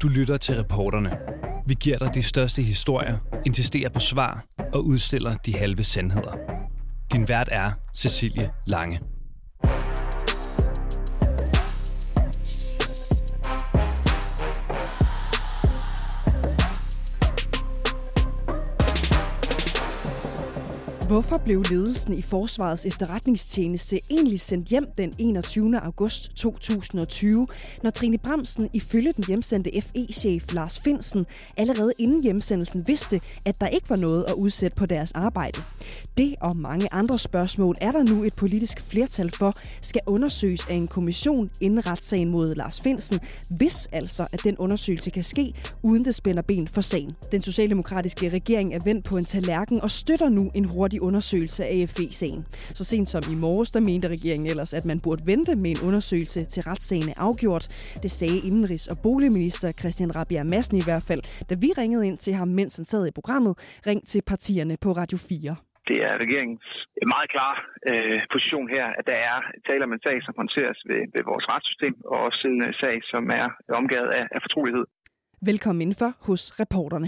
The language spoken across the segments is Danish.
Du lytter til Reporterne. Vi giver dig de største historier, insisterer på svar og udstiller de halve sandheder. Din vært er Cecilie Lange. Hvorfor blev ledelsen i Forsvarets efterretningstjeneste egentlig sendt hjem den 21. august 2020, når Trine Bramsen ifølge den hjemsendte FE-chef Lars Findsen allerede inden hjemsendelsen vidste, at der ikke var noget at udsætte på deres arbejde? Det og mange andre spørgsmål er der nu et politisk flertal for, skal undersøges af en kommission inden retssagen mod Lars Findsen, hvis altså at den undersøgelse kan ske, uden det spænder ben for sagen. Den socialdemokratiske regering er vendt på en tallerken og støtter nu en hurtig undersøgelse af FE-sagen. Så sent som i morges, der mente regeringen ellers, at man burde vente med en undersøgelse til retssagen er afgjort. Det sagde indenrigs- og boligminister Christian Rabjerg Madsen i hvert fald, da vi ringede ind til ham, mens han sad i programmet. Ring til partierne på Radio 4. Det er regeringens meget klar position her, at der er tale om en sag, som håndteres ved vores retssystem, og også en sag, som er omgivet af fortrolighed. Velkommen indenfor hos Reporterne.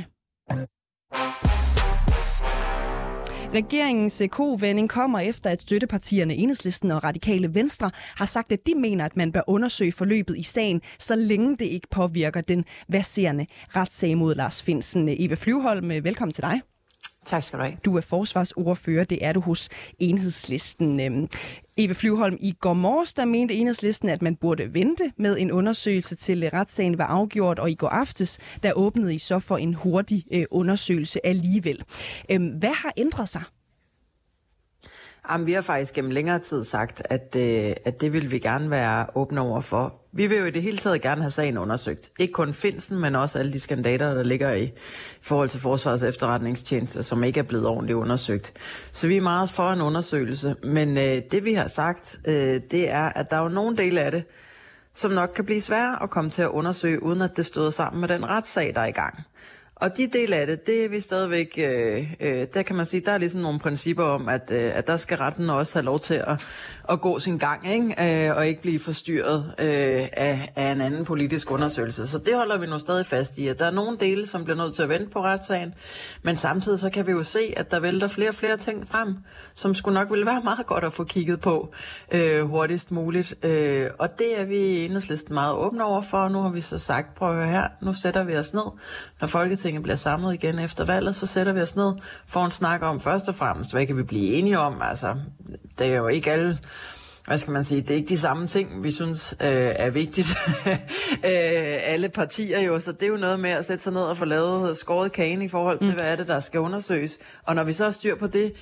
Regeringens kovending kommer efter, at støttepartierne Enhedslisten og Radikale Venstre har sagt, at de mener, at man bør undersøge forløbet i sagen, så længe det ikke påvirker den verserende retssag mod Lars Findsen. Eva Flyvholm, velkommen til dig. Tak skal du have. Du er forsvarsordfører, det er du hos Enhedslisten. Eva Flyvholm, i går morges, der mente Enhedslisten, at man burde vente med en undersøgelse til retssagen var afgjort, og i går aftes, der åbnede I så for en hurtig undersøgelse alligevel. Hvad har ændret sig? Jamen, vi har faktisk gennem længere tid sagt, at det vil vi gerne være åbne over for. Vi vil jo i det hele taget gerne have sagen undersøgt. Ikke kun Findsen, men også alle de skandaler, der ligger i forhold til Forsvarets efterretningstjeneste, som ikke er blevet ordentligt undersøgt. Så vi er meget for en undersøgelse. Men det vi har sagt, det er, at der er jo nogle dele af det, som nok kan blive svære at komme til at undersøge, uden at det støder sammen med den retssag, der er i gang. Og de del af det er vi stadigvæk, der kan man sige, der er ligesom nogle principper om, at der skal retten også have lov til at gå sin gang, ikke? Og ikke blive forstyrret af en anden politisk undersøgelse. Så det holder vi nu stadig fast i, at der er nogle dele, som bliver nødt til at vente på retssagen, men samtidig så kan vi jo se, at der vælter flere og flere ting frem, som skulle nok ville være meget godt at få kigget på hurtigst muligt. Og det er vi i Enhedslisten meget åbne over for, og nu har vi så sagt, prøv at høre her, nu sætter vi os ned, når Folketinget bliver samlet igen efter valget, så sætter vi os ned for en snak om først og fremmest, hvad kan vi blive enige om? Altså, det er jo ikke alle, hvad skal man sige, det er ikke de samme ting, vi synes er vigtigt. Alle partier jo, så det er jo noget med at sætte sig ned og få lavet skåret kagen i forhold til, hvad er det, der skal undersøges. Og når vi så har styr på det,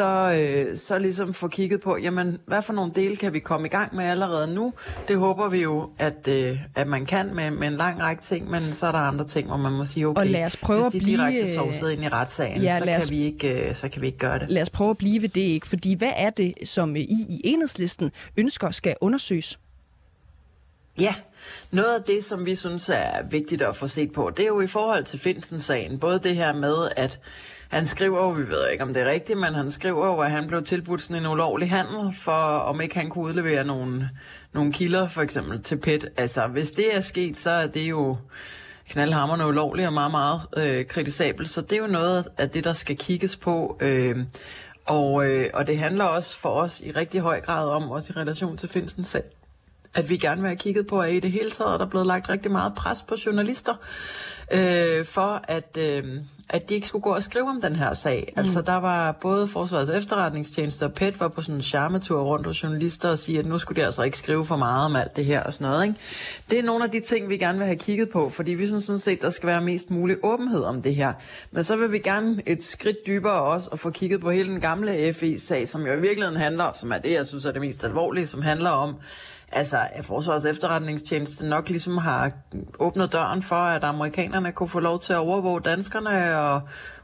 så ligesom få kigget på, jamen, hvad for nogle dele kan vi komme i gang med allerede nu? Det håber vi jo, at man kan med en lang række ting, men så er der andre ting, hvor man må sige, okay, lad os prøve hvis de direkte sovset ind i retssagen, ja, så kan vi ikke gøre det. Lad os prøve at blive ved det, ikke? Fordi hvad er det, som I Enhedslisten ønsker skal undersøges? Ja, noget af det, som vi synes er vigtigt at få set på, det er jo i forhold til Findsen-sagen. Både det her med, at han skriver jo, vi ved ikke om det er rigtigt, men han skriver jo, at han blev tilbudt sådan en ulovlig handel, for om ikke han kunne udlevere nogle kilder, for eksempel til PET. Altså, hvis det er sket, så er det jo knaldhamrende ulovligt og meget, meget kritisabelt. Så det er jo noget af det, der skal kigges på. Og det handler også for os i rigtig høj grad om, også i relation til Findsen selv, at vi gerne vil have kigget på, at i det hele taget er der blevet lagt rigtig meget pres på journalister, for at de ikke skulle gå og skrive om den her sag. Altså der var både Forsvarets efterretningstjeneste og PET var på sådan en charmetur rundt hos journalister og sige, at nu skulle de altså ikke skrive for meget om alt det her og sådan noget, ikke? Det er nogle af de ting, vi gerne vil have kigget på, fordi vi synes sådan set, der skal være mest mulig åbenhed om det her. Men så vil vi gerne et skridt dybere også og få kigget på hele den gamle FE-sag, som jo i virkeligheden handler, som er det, jeg synes er det mest alvorlige, som handler om, altså, at Forsvarets efterretningstjeneste nok ligesom har åbnet døren for, at amerikanerne kunne få lov til at overvåge danskerne og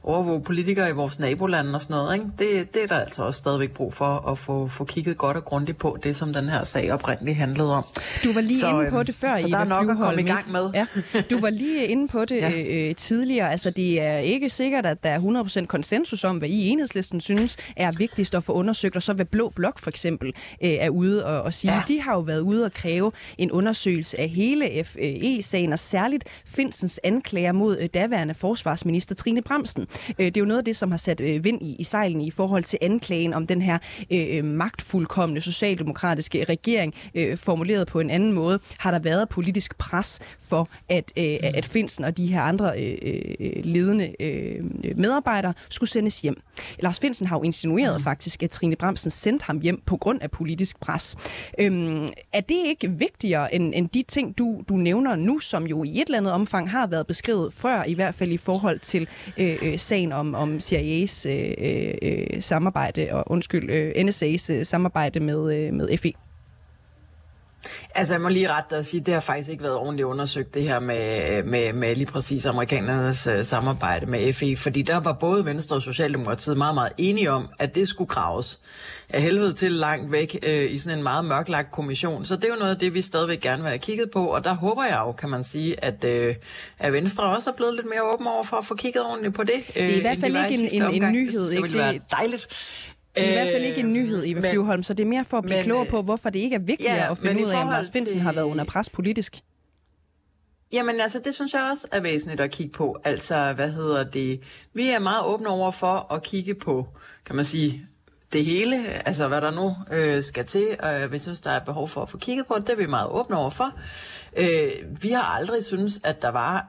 overvåge politikere i vores nabolande og sådan noget, ikke? Det er der altså også stadigvæk brug for at få kigget godt og grundigt på, det som den her sag oprindeligt handlede om. Du var lige inde på det før, så der er nok at komme i gang med. Ja, du var lige inde på det tidligere. Altså, det er ikke sikkert, at der er 100% konsensus om, hvad I Enhedslisten synes er vigtigst at få undersøgt, og så hvad Blå Blok for eksempel er ude og sige. Ja. De har jo været ude og kræve en undersøgelse af hele FE-sagen, og særligt Findsens anklager mod daværende forsvarsminister Trine Bramsen. Det er jo noget af det, som har sat vind i sejlen i forhold til anklagen om den her magtfuldkomne socialdemokratiske regering, formuleret på en anden måde, har der været politisk pres for, at Findsen og de her andre ledende medarbejdere skulle sendes hjem. Lars Findsen har jo insinueret faktisk, at Trine Bramsen sendte ham hjem på grund af politisk pres. Er det ikke vigtigere end de ting, du nævner nu, som jo i et eller andet omfang har været beskrevet før, i hvert fald i forhold til sagen om CIA's samarbejde, og NSA's samarbejde med FE? Altså, jeg må lige rette dig og sige, at det har faktisk ikke været ordentligt undersøgt, det her med lige præcis amerikanernes samarbejde med FE, fordi der var både Venstre og Socialdemokratiet meget, meget enige om, at det skulle graves af helvede til langt væk i sådan en meget mørklagt kommission. Så det er jo noget af det, vi stadigvæk gerne vil have kigget på, og der håber jeg jo, kan man sige, at Venstre også er blevet lidt mere åben over for at få kigget ordentligt på det. Det er i hvert fald ikke en nyhed. Det ville være dejligt. Det er i hvert fald ikke en nyhed, Eva Flyvholm, så det er mere for at blive klogere på, hvorfor det ikke er vigtigere at finde ud af, om Lars Findsen har været under pres politisk. Jamen altså, det synes jeg også er væsentligt at kigge på. Altså, vi er meget åbne over for at kigge på, kan man sige, det hele, altså hvad der nu skal til, og vi synes, der er behov for at få kigget på det, det er vi meget åbne over for. Vi har aldrig synes, at der var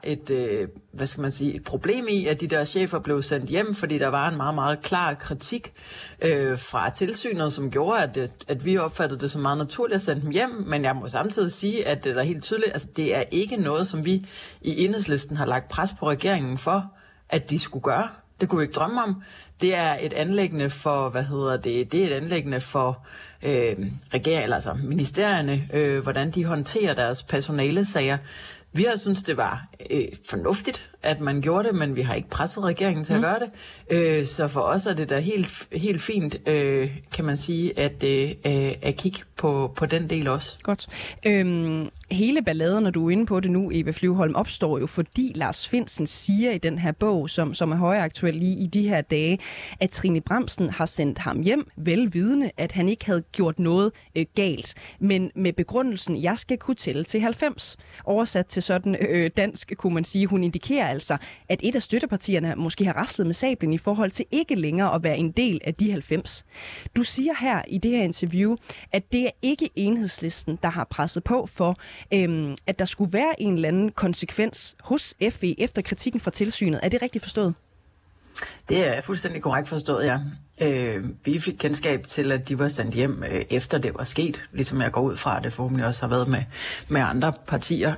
et problem i, at de der chefer blev sendt hjem, fordi der var en meget, meget klar kritik fra tilsynet, som gjorde, at vi opfattede det som meget naturligt at sende dem hjem, men jeg må samtidig sige, at det er helt tydeligt, altså det er ikke noget, som vi i Enhedslisten har lagt pres på regeringen for, at de skulle gøre. Det kunne vi ikke drømme om. Det er et anliggende for, det er et anliggende for regeringen, altså ministerierne, hvordan de håndterer deres personalesager. Vi har synes det var fornuftigt, at man gjorde det, men vi har ikke presset regeringen til at gøre det. Så for os er det da helt fint, kan man sige, at kigge på den del også. Godt. Hele balladen, når du er inde på det nu, Eva Flyvholm, opstår jo, fordi Lars Findsen siger i den her bog, som er højaktuel lige i de her dage, at Trine Bramsen har sendt ham hjem, velvidende, at han ikke havde gjort noget galt. Men med begrundelsen, jeg skal kunne tælle til 90. Oversat til sådan dansk, kunne man sige, hun indikerer altså, at et af støttepartierne måske har raslet med sablen i forhold til ikke længere at være en del af de 90. Du siger her i det her interview, at det er ikke Enhedslisten, der har presset på for, at der skulle være en eller anden konsekvens hos FE efter kritikken fra tilsynet. Er det rigtigt forstået? Det er fuldstændig korrekt forstået, ja. Vi fik kendskab til, at de var sendt hjem efter det var sket, ligesom jeg går ud fra, at det forhåbentlig også har været med andre partier.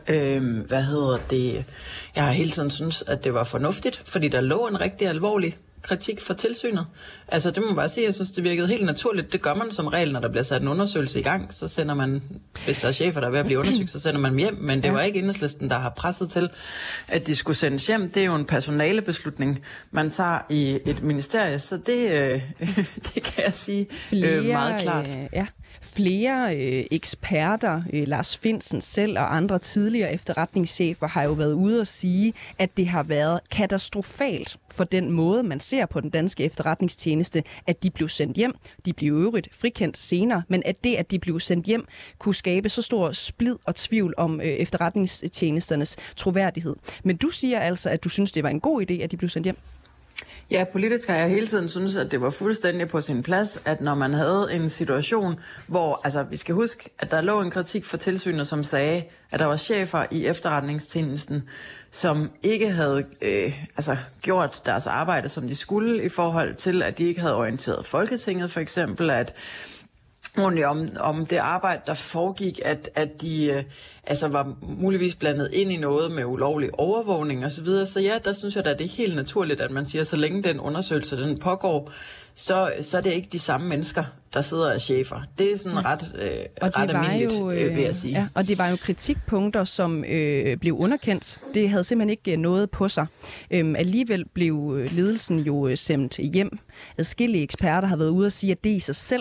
Jeg har hele tiden synes, at det var fornuftigt, fordi der lå en rigtig alvorlig kritik fra tilsynet. Altså det må man bare sige, jeg synes det virkede helt naturligt. Det gør man som regel, når der bliver sat en undersøgelse i gang, så sender man, hvis der er chefer, der er ved at blive undersøgt, så sender man dem hjem, men det var ikke Enhedslisten, der har presset til, at de skulle sendes hjem. Det er jo en personalebeslutning, man tager i et ministerie, så det kan jeg sige meget klart. Flere eksperter, Lars Findsen selv og andre tidligere efterretningschefer, har jo været ude og sige, at det har været katastrofalt for den måde, man ser på den danske efterretningstjeneste, at de blev sendt hjem. De blev i øvrigt frikendt senere, men at de blev sendt hjem, kunne skabe så stor splid og tvivl om efterretningstjenesternes troværdighed. Men du siger altså, at du synes, det var en god idé, at de blev sendt hjem? Ja, politisk har jeg hele tiden synes, at det var fuldstændig på sin plads, at når man havde en situation, hvor, altså vi skal huske, at der lå en kritik fra tilsynet, som sagde, at der var chefer i efterretningstjenesten, som ikke havde gjort deres arbejde, som de skulle, i forhold til, at de ikke havde orienteret Folketinget, for eksempel, ordentligt om det arbejde, der foregik, at de var muligvis blandet ind i noget med ulovlig overvågning osv. Så ja, der synes jeg da, det er helt naturligt, at man siger, så længe den undersøgelse den pågår, så er det ikke de samme mennesker, der sidder og chefer. Det er sådan ret almindeligt, vil jeg sige. Ja, og det var jo kritikpunkter, som blev underkendt. Det havde simpelthen ikke noget på sig. Alligevel blev ledelsen jo sendt hjem. Adskillige eksperter har været ude og sige, at det i sig selv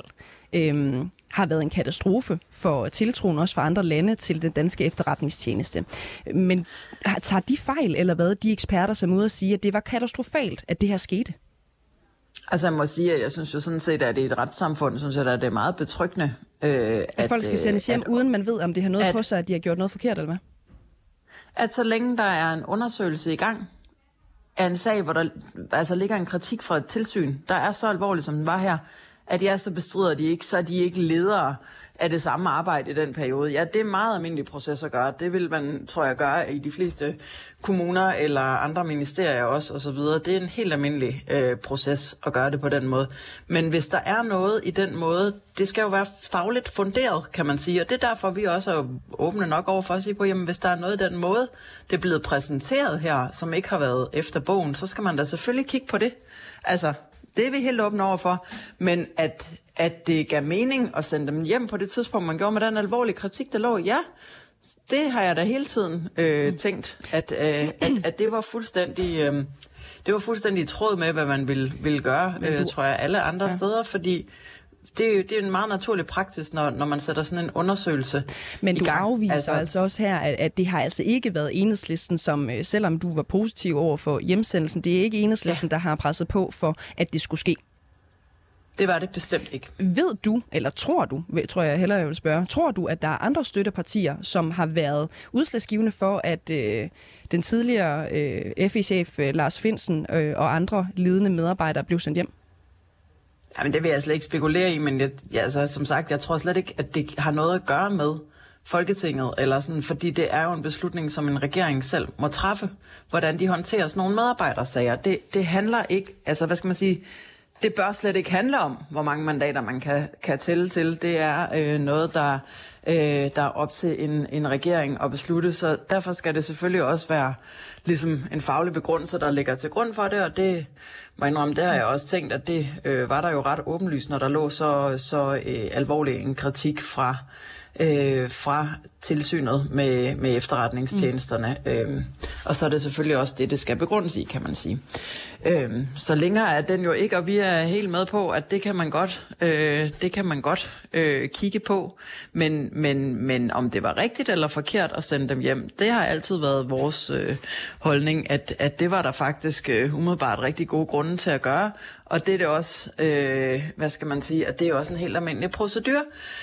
har været en katastrofe for tiltroen også fra andre lande til den danske efterretningstjeneste. Men tager de fejl, eller hvad, de eksperter, som er ude og sige, at det var katastrofalt, at det her skete? Altså jeg må sige, at jeg synes jo sådan set, at det er et retssamfund, synes jeg, at det er meget betryggende. At folk skal sendes hjem, uden man ved, om det har noget på sig, at de har gjort noget forkert, eller hvad? At så længe der er en undersøgelse i gang af en sag, hvor der ligger en kritik fra et tilsyn, der er så alvorligt, som den var her, at så bestrider de ikke, så er de ikke ledere af det samme arbejde i den periode. Ja, det er en meget almindelig proces at gøre. Det vil man, tror jeg, gøre i de fleste kommuner eller andre ministerier også, og så videre. Det er en helt almindelig proces at gøre det på den måde. Men hvis der er noget i den måde, det skal jo være fagligt funderet, kan man sige. Og det er derfor, vi også er åbne nok over for at sige på, jamen hvis der er noget i den måde, det er blevet præsenteret her, som ikke har været efter bogen, så skal man da selvfølgelig kigge på det. Altså, det er vi helt åbne over for, men at det gav mening at sende dem hjem på det tidspunkt, man gjorde med den alvorlige kritik, der lå, ja, det har jeg da hele tiden tænkt, at det var fuldstændig i tråd med, hvad man ville gøre, tror jeg, alle andre steder, fordi det er en meget naturlig praksis, når man sætter sådan en undersøgelse Men i du gang. afviser altså også her, at det har altså ikke været Enhedslisten, som selvom du var positiv over for hjemsendelsen, det er ikke Enhedslisten, der har presset på for, at det skulle ske. Det var det bestemt ikke. Ved du, eller tror jeg hellere, jeg vil spørge, tror du, at der er andre støttepartier, som har været udslagsgivende for, at den tidligere FE-chef Lars Findsen og andre ledende medarbejdere blev sendt hjem? Jamen, det vil jeg slet ikke spekulere i, men som sagt, jeg tror slet ikke, at det har noget at gøre med Folketinget, eller sådan, fordi det er jo en beslutning, som en regering selv må træffe, hvordan de håndterer sådan nogle medarbejdersager. Det handler ikke, hvad skal man sige, det bør slet ikke handle om, hvor mange mandater man kan tælle til. Det er noget, der er op til en regering at beslutte, så derfor skal det selvfølgelig også være ligesom en faglig begrundelse, der ligger til grund for det, og det må indrømme, det har jeg også tænkt, at det var der jo ret åbenlyst, når der lå så alvorlig en kritik fra tilsynet med efterretningstjenesterne. Og så er det selvfølgelig også det skal begrundes i, kan man sige. Så længere er den jo ikke, og vi er helt med på, at det kan man godt kigge på. Men om det var rigtigt eller forkert at sende dem hjem, det har altid været vores holdning, at det var der faktisk umiddelbart rigtig gode grunde til at gøre. Og det er det også, at det er også en helt almindelig procedure.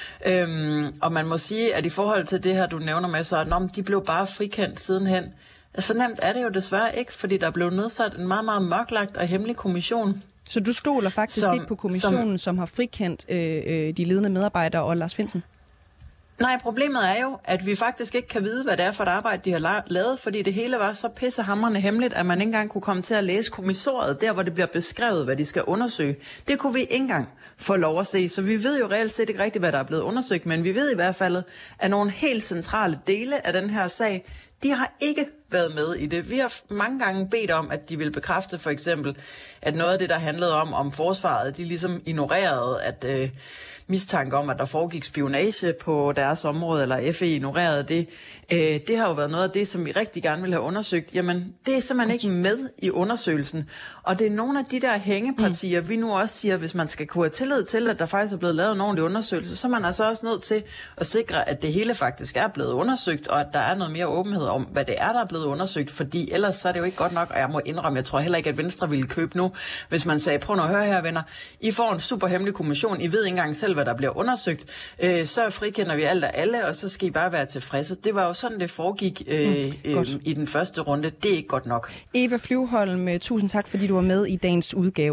Og man må sige, at i forhold til det her, du nævner med, så at de blev bare frikendt sidenhen. Så nemt er det jo desværre ikke, fordi der blev nedsat en meget, meget mørklagt og hemmelig kommission. Så du stoler faktisk ikke på kommissionen, som har frikendt de ledende medarbejdere og Lars Findsen? Nej, problemet er jo, at vi faktisk ikke kan vide, hvad det er for et arbejde, de har lavet, fordi det hele var så pissehamrende hemmeligt, at man ikke engang kunne komme til at læse kommissoriet, der hvor det bliver beskrevet, hvad de skal undersøge. Det kunne vi ikke engang få lov at se, så vi ved jo reelt set ikke rigtigt, hvad der er blevet undersøgt, men vi ved i hvert fald, at nogle helt centrale dele af den her sag, de har ikke været med i det. Vi har mange gange bedt om, at de vil bekræfte for eksempel, at noget af det, der handlede om forsvaret, de ligesom ignorerede, at mistanke om, at der foregik spionage på deres område, eller FE ignorerede det. Det har jo været noget af det, som vi rigtig gerne vil have undersøgt. Jamen, det er simpelthen ikke med i undersøgelsen. Og det er nogle af de der hængepartier, vi nu også siger, hvis man skal kunne have tillid til, at der faktisk er blevet lavet en ordentlig undersøgelse, så er man altså også nødt til at sikre, at det hele faktisk er blevet undersøgt, og at der er noget mere åbenhed om, hvad det er, der er blevet undersøgt, fordi ellers så er det jo ikke godt nok, og jeg må indrømme, jeg tror heller ikke, at Venstre ville købe nu, hvis man sagde, prøv nu at høre her, venner, I får en super hemmelig kommission, I ved ikke engang selv, hvad der bliver undersøgt, så frikender vi alt og alle, og så skal I bare være tilfredse. Det var jo sådan, det foregik i den første runde. Det er ikke godt nok. Eva Flyvholm, tusind tak, fordi du var med i dagens udgave af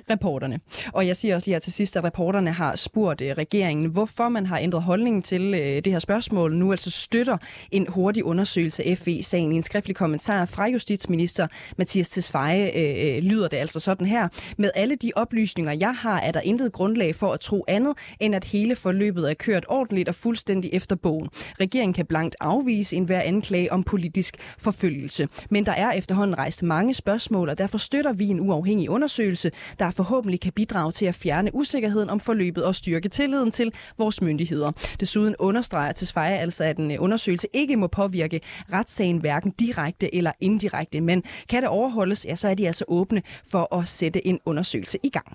reporterne. Og jeg siger også lige her til sidst, at reporterne har spurgt regeringen, hvorfor man har ændret holdningen til det her spørgsmål. Nu altså støtter en hurtig undersøgelse af FE-sagen. I en skriftlig kommentar fra justitsminister Mattias Tesfaye lyder det altså sådan her. Med alle de oplysninger, jeg har, er der intet grundlag for at tro andet, end at hele forløbet er kørt ordentligt og fuldstændig efter bogen. Regeringen kan blankt afvise enhver anklage om politisk forfølgelse. Men der er efterhånden rejst mange spørgsmål, og derfor støtter vi en uafhængig undersøgelse, der forhåbentlig kan bidrage til at fjerne usikkerheden om forløbet og styrke tilliden til vores myndigheder. Desuden understreger Tesfaye altså, at en undersøgelse ikke må påvirke retssagen hverken direkte eller indirekte, men kan det overholdes, ja, så er de altså åbne for at sætte en undersøgelse i gang.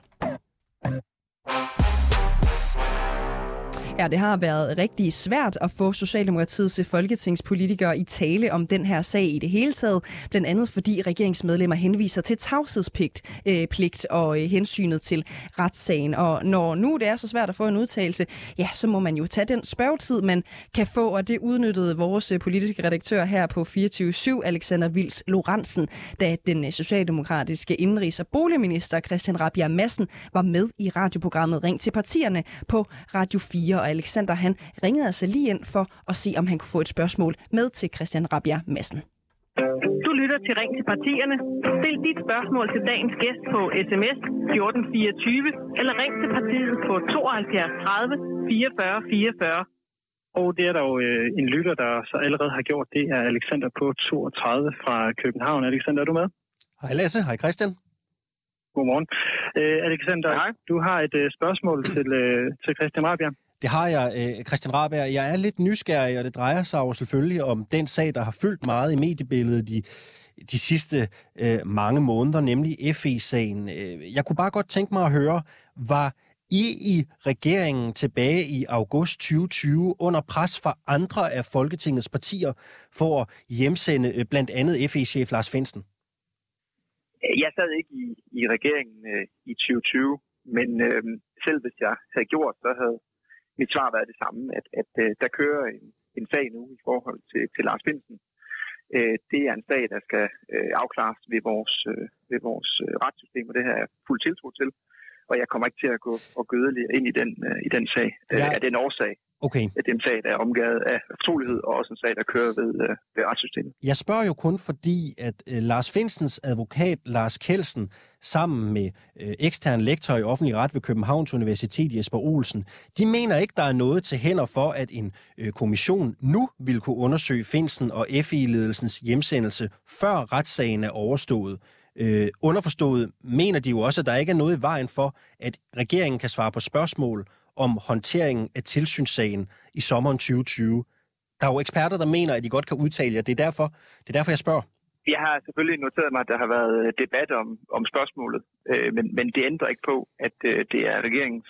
Ja, det har været rigtig svært at få Socialdemokratiets folketingspolitikere i tale om den her sag i det hele taget, blandt andet fordi regeringsmedlemmer henviser til tavshedspligt og hensynet til retssagen. Og når nu det er så svært at få en udtalelse, ja, så må man jo tage den spørgetid, man kan få, og det udnyttede vores politiske redaktør her på 24/7, Alexander Vils Lorentzen, da den socialdemokratiske indenrigs- og boligminister Christian Rabjerg Madsen var med i radioprogrammet Ring til partierne på Radio 4. Og Alexander, han ringede altså lige ind for at se, om han kunne få et spørgsmål med til Christian Rabjerg Madsen. Du lytter til Ring til partierne. Stil dit spørgsmål til dagens gæst på sms 1424 eller ring til partiet på 72 30 44 44. Og det er der jo en lytter, der så allerede har gjort. Det er Alexander på 32 fra København. Alexander, er du med? Hej Lasse, hej Christian. Godmorgen. Alexander, hej. Du har et spørgsmål til Christian Rabjerg. Det har jeg, Christian Rabjerg. Jeg er lidt nysgerrig, og det drejer sig jo selvfølgelig om den sag, der har fyldt meget i mediebilledet de sidste mange måneder, nemlig FE-sagen. Jeg kunne bare godt tænke mig at høre, var I regeringen tilbage i august 2020 under pres fra andre af Folketingets partier for at hjemsende blandt andet FE-chef Lars Findsen? Jeg sad ikke i regeringen i 2020, men selv hvis jeg havde gjort, så havde mit svar været det samme, at der kører en sag nu i forhold til Lars Findsen. Det er en sag, der skal afklares ved vores retssystem, og det har jeg fuld tiltro til. Og jeg kommer ikke til at gå yderligere ind i den sag af den årsag. Okay. At det er en sag, der er omgivet af fortrolighed, og også en sag, der kører ved retssystemet. Jeg spørger jo kun fordi, at Lars Findsens advokat Lars Kjeldsen sammen med ekstern lektor i offentlig ret ved Københavns Universitet Jesper Olsen, de mener ikke, der er noget til hænder for, at en kommission nu vil kunne undersøge Findsen og FE-ledelsens hjemsendelse, før retssagen er overstået. Underforstået mener de jo også, at der ikke er noget i vejen for, at regeringen kan svare på spørgsmål om håndteringen af tilsynssagen i sommeren 2020. Der er jo eksperter, der mener, at de godt kan udtale jer. Det er derfor, jeg spørger. Jeg har selvfølgelig noteret mig, at der har været debat om spørgsmålet, men det ændrer ikke på, at det er regeringens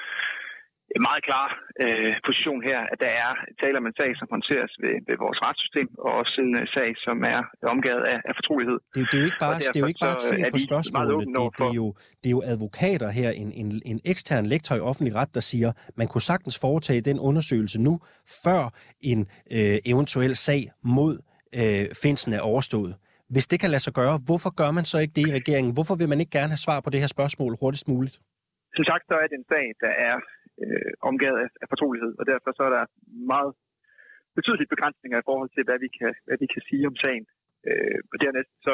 meget klar position her, at der er tale om en sag, som håndteres ved vores retssystem, og også en sag, som er omgivet af fortrolighed. Det er jo ikke bare et syn på spørgsmålet. Det er jo advokater her, en ekstern lektor i offentlig ret, der siger, man kunne sagtens foretage den undersøgelse nu, før en eventuel sag mod Findsen er overstået. Hvis det kan lade sig gøre, hvorfor gør man så ikke det i regeringen? Hvorfor vil man ikke gerne have svar på det her spørgsmål hurtigst muligt? Som sagt, så er det en sag, der er omgivet af fortrolighed, og derfor så er der meget betydelige begrænsninger i forhold til, hvad vi kan sige om sagen. Og dernæst så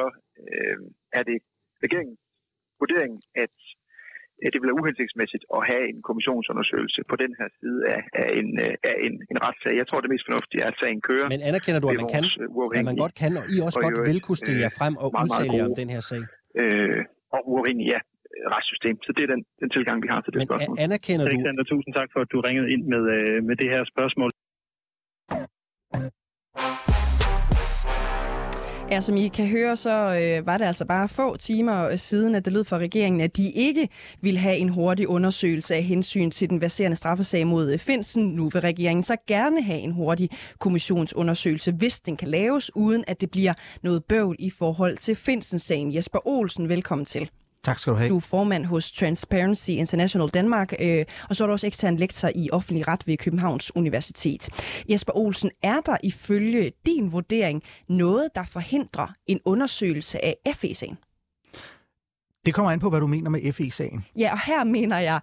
er det regeringens vurdering, at det vil være uhensigtsmæssigt at have en kommissionsundersøgelse på den her side af en retssag. Jeg tror, det mest fornuftige er, at sagen kører. Men anerkender du, at man godt kan, og I også godt vil kunne stille jer frem og udtale jer om den her sag? Og uafhængig, ja. Retssystem. Så det er den tilgang, vi har til det spørgsmål. Men anerkender du... Alexander, tusind tak for, at du ringede ind med det her spørgsmål. Ja, som I kan høre, så var det altså bare få timer siden, at det lød fra regeringen, at de ikke ville have en hurtig undersøgelse af hensyn til den verserende straffesag mod Findsen. Nu vil regeringen så gerne have en hurtig kommissionsundersøgelse, hvis den kan laves, uden at det bliver noget bøvl i forhold til Findsen-sagen. Jesper Olsen, velkommen til. Tak skal du have. Du er formand hos Transparency International Danmark, og så er du også ekstern lektor i offentlig ret ved Københavns Universitet. Jesper Olsen, er der ifølge din vurdering noget, der forhindrer en undersøgelse af FE-sagen? Det kommer an på, hvad du mener med FE-sagen. Ja, og her mener jeg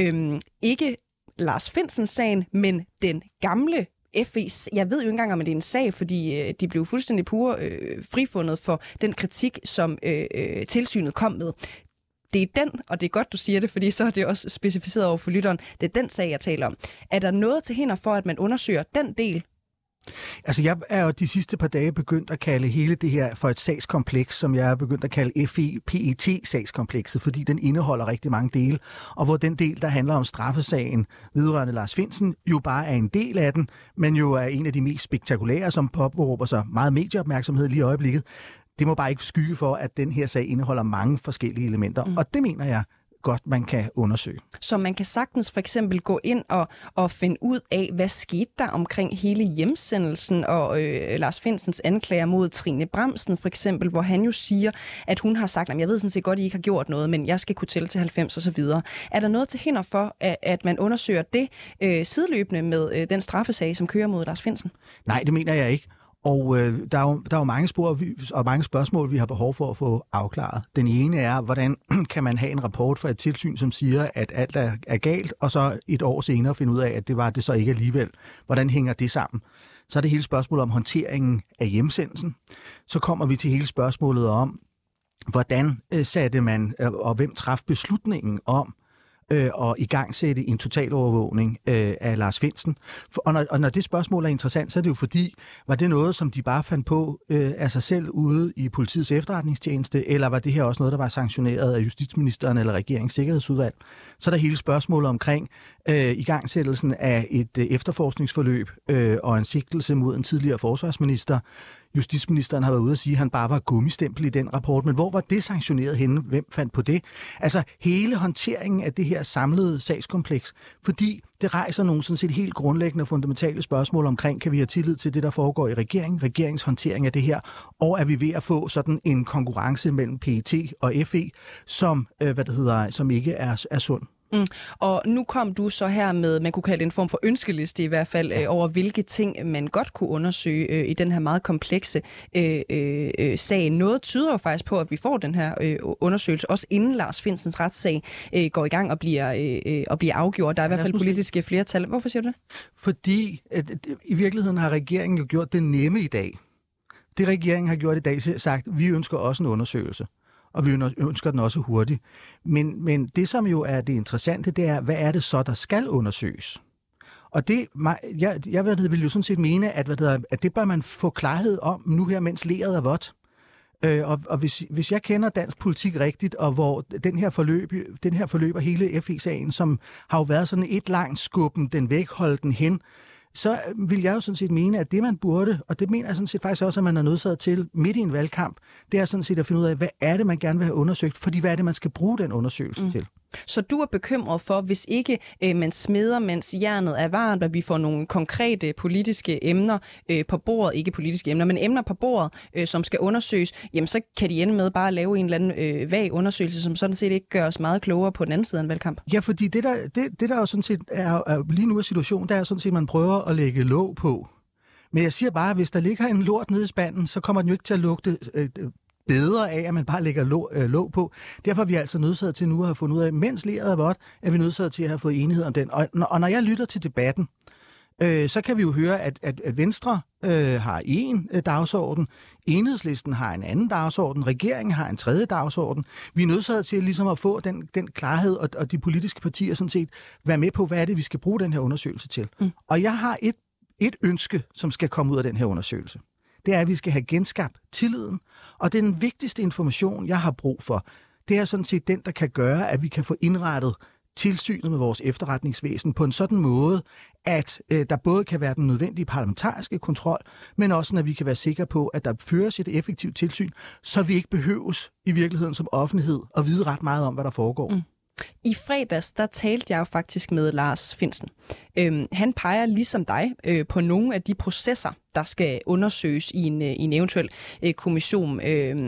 ikke Lars Findsen-sagen, men den gamle FE. Jeg ved jo ikke engang, om det er en sag, fordi de blev fuldstændig frifundet for den kritik, som tilsynet kom med. Det er den, og det er godt, du siger det, fordi så er det også specificeret over for lytteren. Det er den sag, jeg taler om. Er der noget til hinder for, at man undersøger den del? Altså, jeg er jo de sidste par dage begyndt at kalde hele det her for et sagskompleks, som jeg er begyndt at kalde FE-PET-sagskomplekset, fordi den indeholder rigtig mange dele, og hvor den del, der handler om straffesagen vedrørende Lars Findsen, jo bare er en del af den, men jo er en af de mest spektakulære, som påberåber sig meget medieopmærksomhed lige i øjeblikket. Det må bare ikke skygge for, at den her sag indeholder mange forskellige elementer, og det mener jeg godt, man kan undersøge. Så man kan sagtens for eksempel gå ind og finde ud af, hvad skete der omkring hele hjemsendelsen og Lars Findsens anklager mod Trine Bramsen for eksempel, hvor han jo siger, at hun har sagt, at jeg ved sådan set godt, at I ikke har gjort noget, men jeg skal kunne tælle til 90 og så videre. Er der noget til hinder for, at man undersøger det sideløbende med den straffesag, som kører mod Lars Findsen? Nej, det mener jeg ikke. Og der er jo mange spor og mange spørgsmål, vi har behov for at få afklaret. Den ene er, hvordan kan man have en rapport fra et tilsyn, som siger, at alt er galt, og så et år senere finde ud af, at det var det så ikke alligevel. Hvordan hænger det sammen? Så er det hele spørgsmålet om håndteringen af hjemsendelsen. Så kommer vi til hele spørgsmålet om, hvordan satte man, og hvem traf beslutningen om, og igangsætte en totalovervågning af Lars Findsen. Og når det spørgsmål er interessant, så er det jo fordi, var det noget, som de bare fandt på af sig selv ude i politiets efterretningstjeneste, eller var det her også noget, der var sanktioneret af justitsministeren eller regeringens sikkerhedsudvalg? Så er der hele spørgsmålet omkring igangsættelsen af et efterforskningsforløb og en sigtelse mod en tidligere forsvarsminister. Justitsministeren har været ude at sige, at han bare var gummistempel i den rapport, men hvor var det sanktioneret henne? Hvem fandt på det? Altså hele håndteringen af det her samlede sagskompleks, fordi det rejser nogle sådan set helt grundlæggende og fundamentale spørgsmål omkring, kan vi have tillid til det, der foregår i regeringen, regeringens håndtering af det her, og er vi ved at få sådan en konkurrence mellem PET og FE, som, som ikke er sund. Og nu kom du så her med, man kunne kalde det en form for ønskeliste i hvert fald, over hvilke ting man godt kunne undersøge i den her meget komplekse sag. Noget tyder jo faktisk på, at vi får den her undersøgelse, også inden Lars Findsens retssag går i gang og bliver afgjort. Der er i hvert fald politiske flertal. Hvorfor siger du det? Fordi i virkeligheden har regeringen jo gjort det nemme i dag. Det regeringen har gjort i dag, sagt, vi ønsker også en undersøgelse. Og vi ønsker den også hurtigt. Men det, som jo er det interessante, det er, hvad er det så, der skal undersøges? Og det, jeg vil jo sådan set mene, at det bør man få klarhed om nu her, mens leret er vådt. Og hvis jeg kender dansk politik rigtigt, og hvor den her forløb og hele FE-sagen, som har jo været sådan et langt skubben den væk, holde den hen, så vil jeg jo sådan set mene, at det man burde, og det mener jeg sådan set faktisk også, at man er nødsaget til midt i en valgkamp, det er sådan set at finde ud af, hvad er det, man gerne vil have undersøgt, fordi hvad er det, man skal bruge den undersøgelse til. Så du er bekymret for, hvis ikke man smeder, mens jernet er varmt, og vi får nogle konkrete politiske emner på bordet, ikke politiske emner, men emner på bordet, som skal undersøges, jamen så kan de ende med bare at lave en eller anden vag undersøgelse, som sådan set ikke gør os meget klogere på den anden side af en valgkamp. Ja, fordi det der jo sådan set er lige nu er situationen, der er sådan set, at man prøver at lægge låg på. Men jeg siger bare, at hvis der ligger en lort nede i spanden, så kommer den jo ikke til at lugte bedre af, at man bare lægger låg på. Derfor er vi altså nødsaget til nu at have fundet ud af, mens leret er vådt, er vi nødsaget til at have fået enighed om den. Og når jeg lytter til debatten, så kan vi jo høre, at Venstre har en dagsorden, Enhedslisten har en anden dagsorden, regeringen har en tredje dagsorden. Vi er nødsaget til ligesom at få den klarhed, og de politiske partier sådan set være med på, hvad er det, vi skal bruge den her undersøgelse til. Og jeg har et ønske, som skal komme ud af den her undersøgelse. Det er, at vi skal have genskabt tilliden, og den vigtigste information, jeg har brug for, det er sådan set den, der kan gøre, at vi kan få indrettet tilsynet med vores efterretningsvæsen på en sådan måde, at der både kan være den nødvendige parlamentariske kontrol, men også, at vi kan være sikre på, at der føres et effektivt tilsyn, så vi ikke behøves i virkeligheden som offentlighed at vide ret meget om, hvad der foregår. I fredags, der talte jeg jo faktisk med Lars Findsen. Han peger ligesom dig på nogle af de processer, der skal undersøges i en eventuel kommission,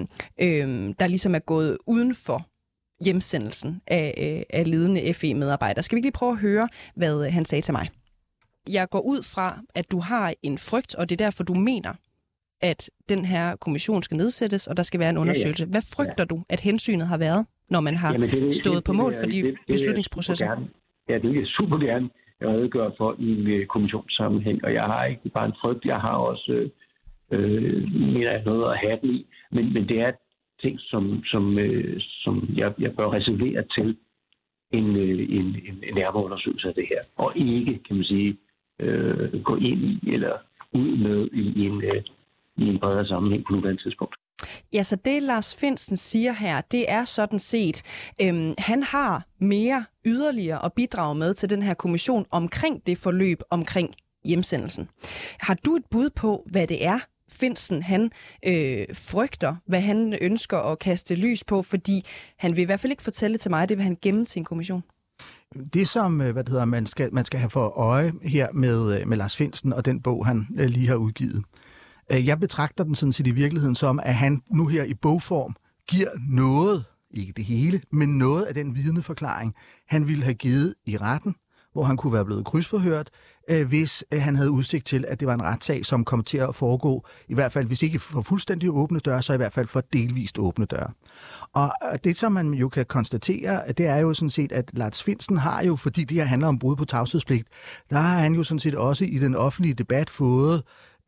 der ligesom er gået uden for hjemsendelsen af ledende FE-medarbejdere. Skal vi lige prøve at høre, hvad han sagde til mig? Jeg går ud fra, at du har en frygt, og det er derfor, du mener, at den her kommission skal nedsættes, og der skal være en undersøgelse. Hvad frygter du, at hensynet har været? når man har stået på mål for de beslutningsprocesser? Ja, det vil jeg super gerne redegøre for i en kommissionssammenhæng, og jeg har ikke bare en frygt, jeg har også mener jeg noget at have den i, men det er ting, som jeg bør reservere til en nærmere undersøgelse af det her, og ikke, kan man sige, gå ind i eller ud med i en bredere sammenhæng på nuværende tidspunkt. Ja, så det Lars Findsen siger her, det er sådan set, han har mere yderligere at bidrage med til den her kommission omkring det forløb omkring hjemsendelsen. Har du et bud på, hvad det er, Findsen han frygter, hvad han ønsker at kaste lys på, fordi han vil i hvert fald ikke fortælle til mig, det vil han gemme til en kommission? Det som man skal have for øje her med Lars Findsen og den bog, han lige har udgivet. Jeg betragter den sådan set i virkeligheden som, at han nu her i bogform giver noget, ikke det hele, men noget af den vidneforklaring, han ville have givet i retten, hvor han kunne være blevet krydsforhørt, hvis han havde udsigt til, at det var en retssag, som kom til at foregå, i hvert fald hvis ikke for fuldstændig åbne døre, så i hvert fald for delvist åbne døre. Og det, som man jo kan konstatere, det er jo sådan set, at Lars Findsen har jo, fordi det her handler om brud på tavshedspligt, der har han jo sådan set også i den offentlige debat fået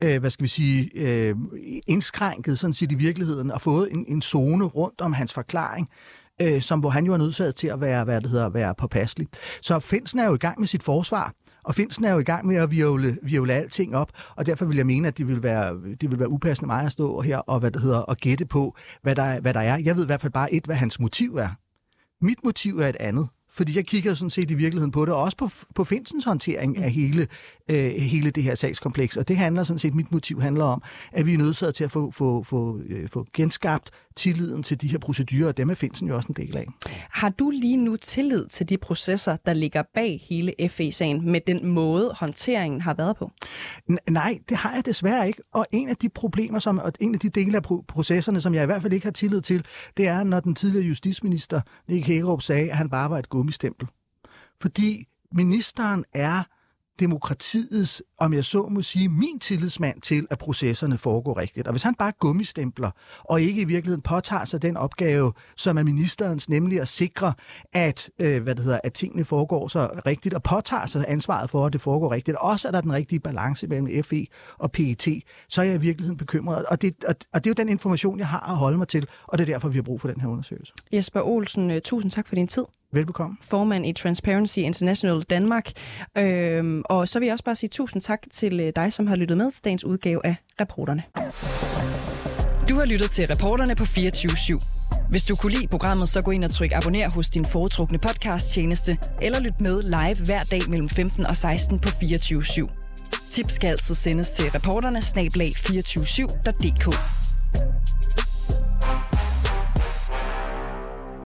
indskrænket sådan set i virkeligheden og fået en zone rundt om hans forklaring, hvor han jo er nødsaget til at være påpasselig. Så Findsen er jo i gang med sit forsvar, og Findsen er jo i gang med at virvle alting op, og derfor vil jeg mene, at det vil være upassende mig at stå her og gætte på, hvad der er. Jeg ved i hvert fald bare hvad hans motiv er. Mit motiv er et andet. Fordi jeg kigger sådan set i virkeligheden på det, og også på Findsens håndtering af hele det her sagskompleks. Og det handler sådan set, mit motiv handler om, at vi er nødsaget til at få genskabt tilliden til de her procedurer, og dem er Findsen jo også en del af. Har du lige nu tillid til de processer, der ligger bag hele FE-sagen, med den måde, håndteringen har været på? Nej, det har jeg desværre ikke. Og en af de problemer, og en af de dele af processerne, som jeg i hvert fald ikke har tillid til, det er, når den tidligere justitsminister, Nick Hækkerup, sagde, at han bare var et gummistempel. Fordi ministeren er demokratiets, om jeg så må sige, min tillidsmand til, at processerne foregår rigtigt. Og hvis han bare gummistempler, og ikke i virkeligheden påtager sig den opgave, som er ministerens, nemlig at sikre, at tingene foregår så rigtigt, og påtager sig ansvaret for, at det foregår rigtigt, også er der den rigtige balance mellem FE og PET, så er jeg i virkeligheden bekymret. Og det er jo den information, jeg har at holde mig til, og det er derfor, vi har brug for den her undersøgelse. Jesper Olsen, tusind tak for din tid. Velbekomme. Formand i Transparency International Danmark. Og så vil jeg også bare sige tusind tak til dig, som har lyttet med til dagens udgave af Reporterne. Du har lyttet til Reporterne på 24/7. Hvis du kunne lide programmet, så gå ind og tryk abonner hos din foretrukne podcasttjeneste, eller lyt med live hver dag mellem 15 og 16 på 24/7. Tips skal altså sendes til reporterne @247.dk.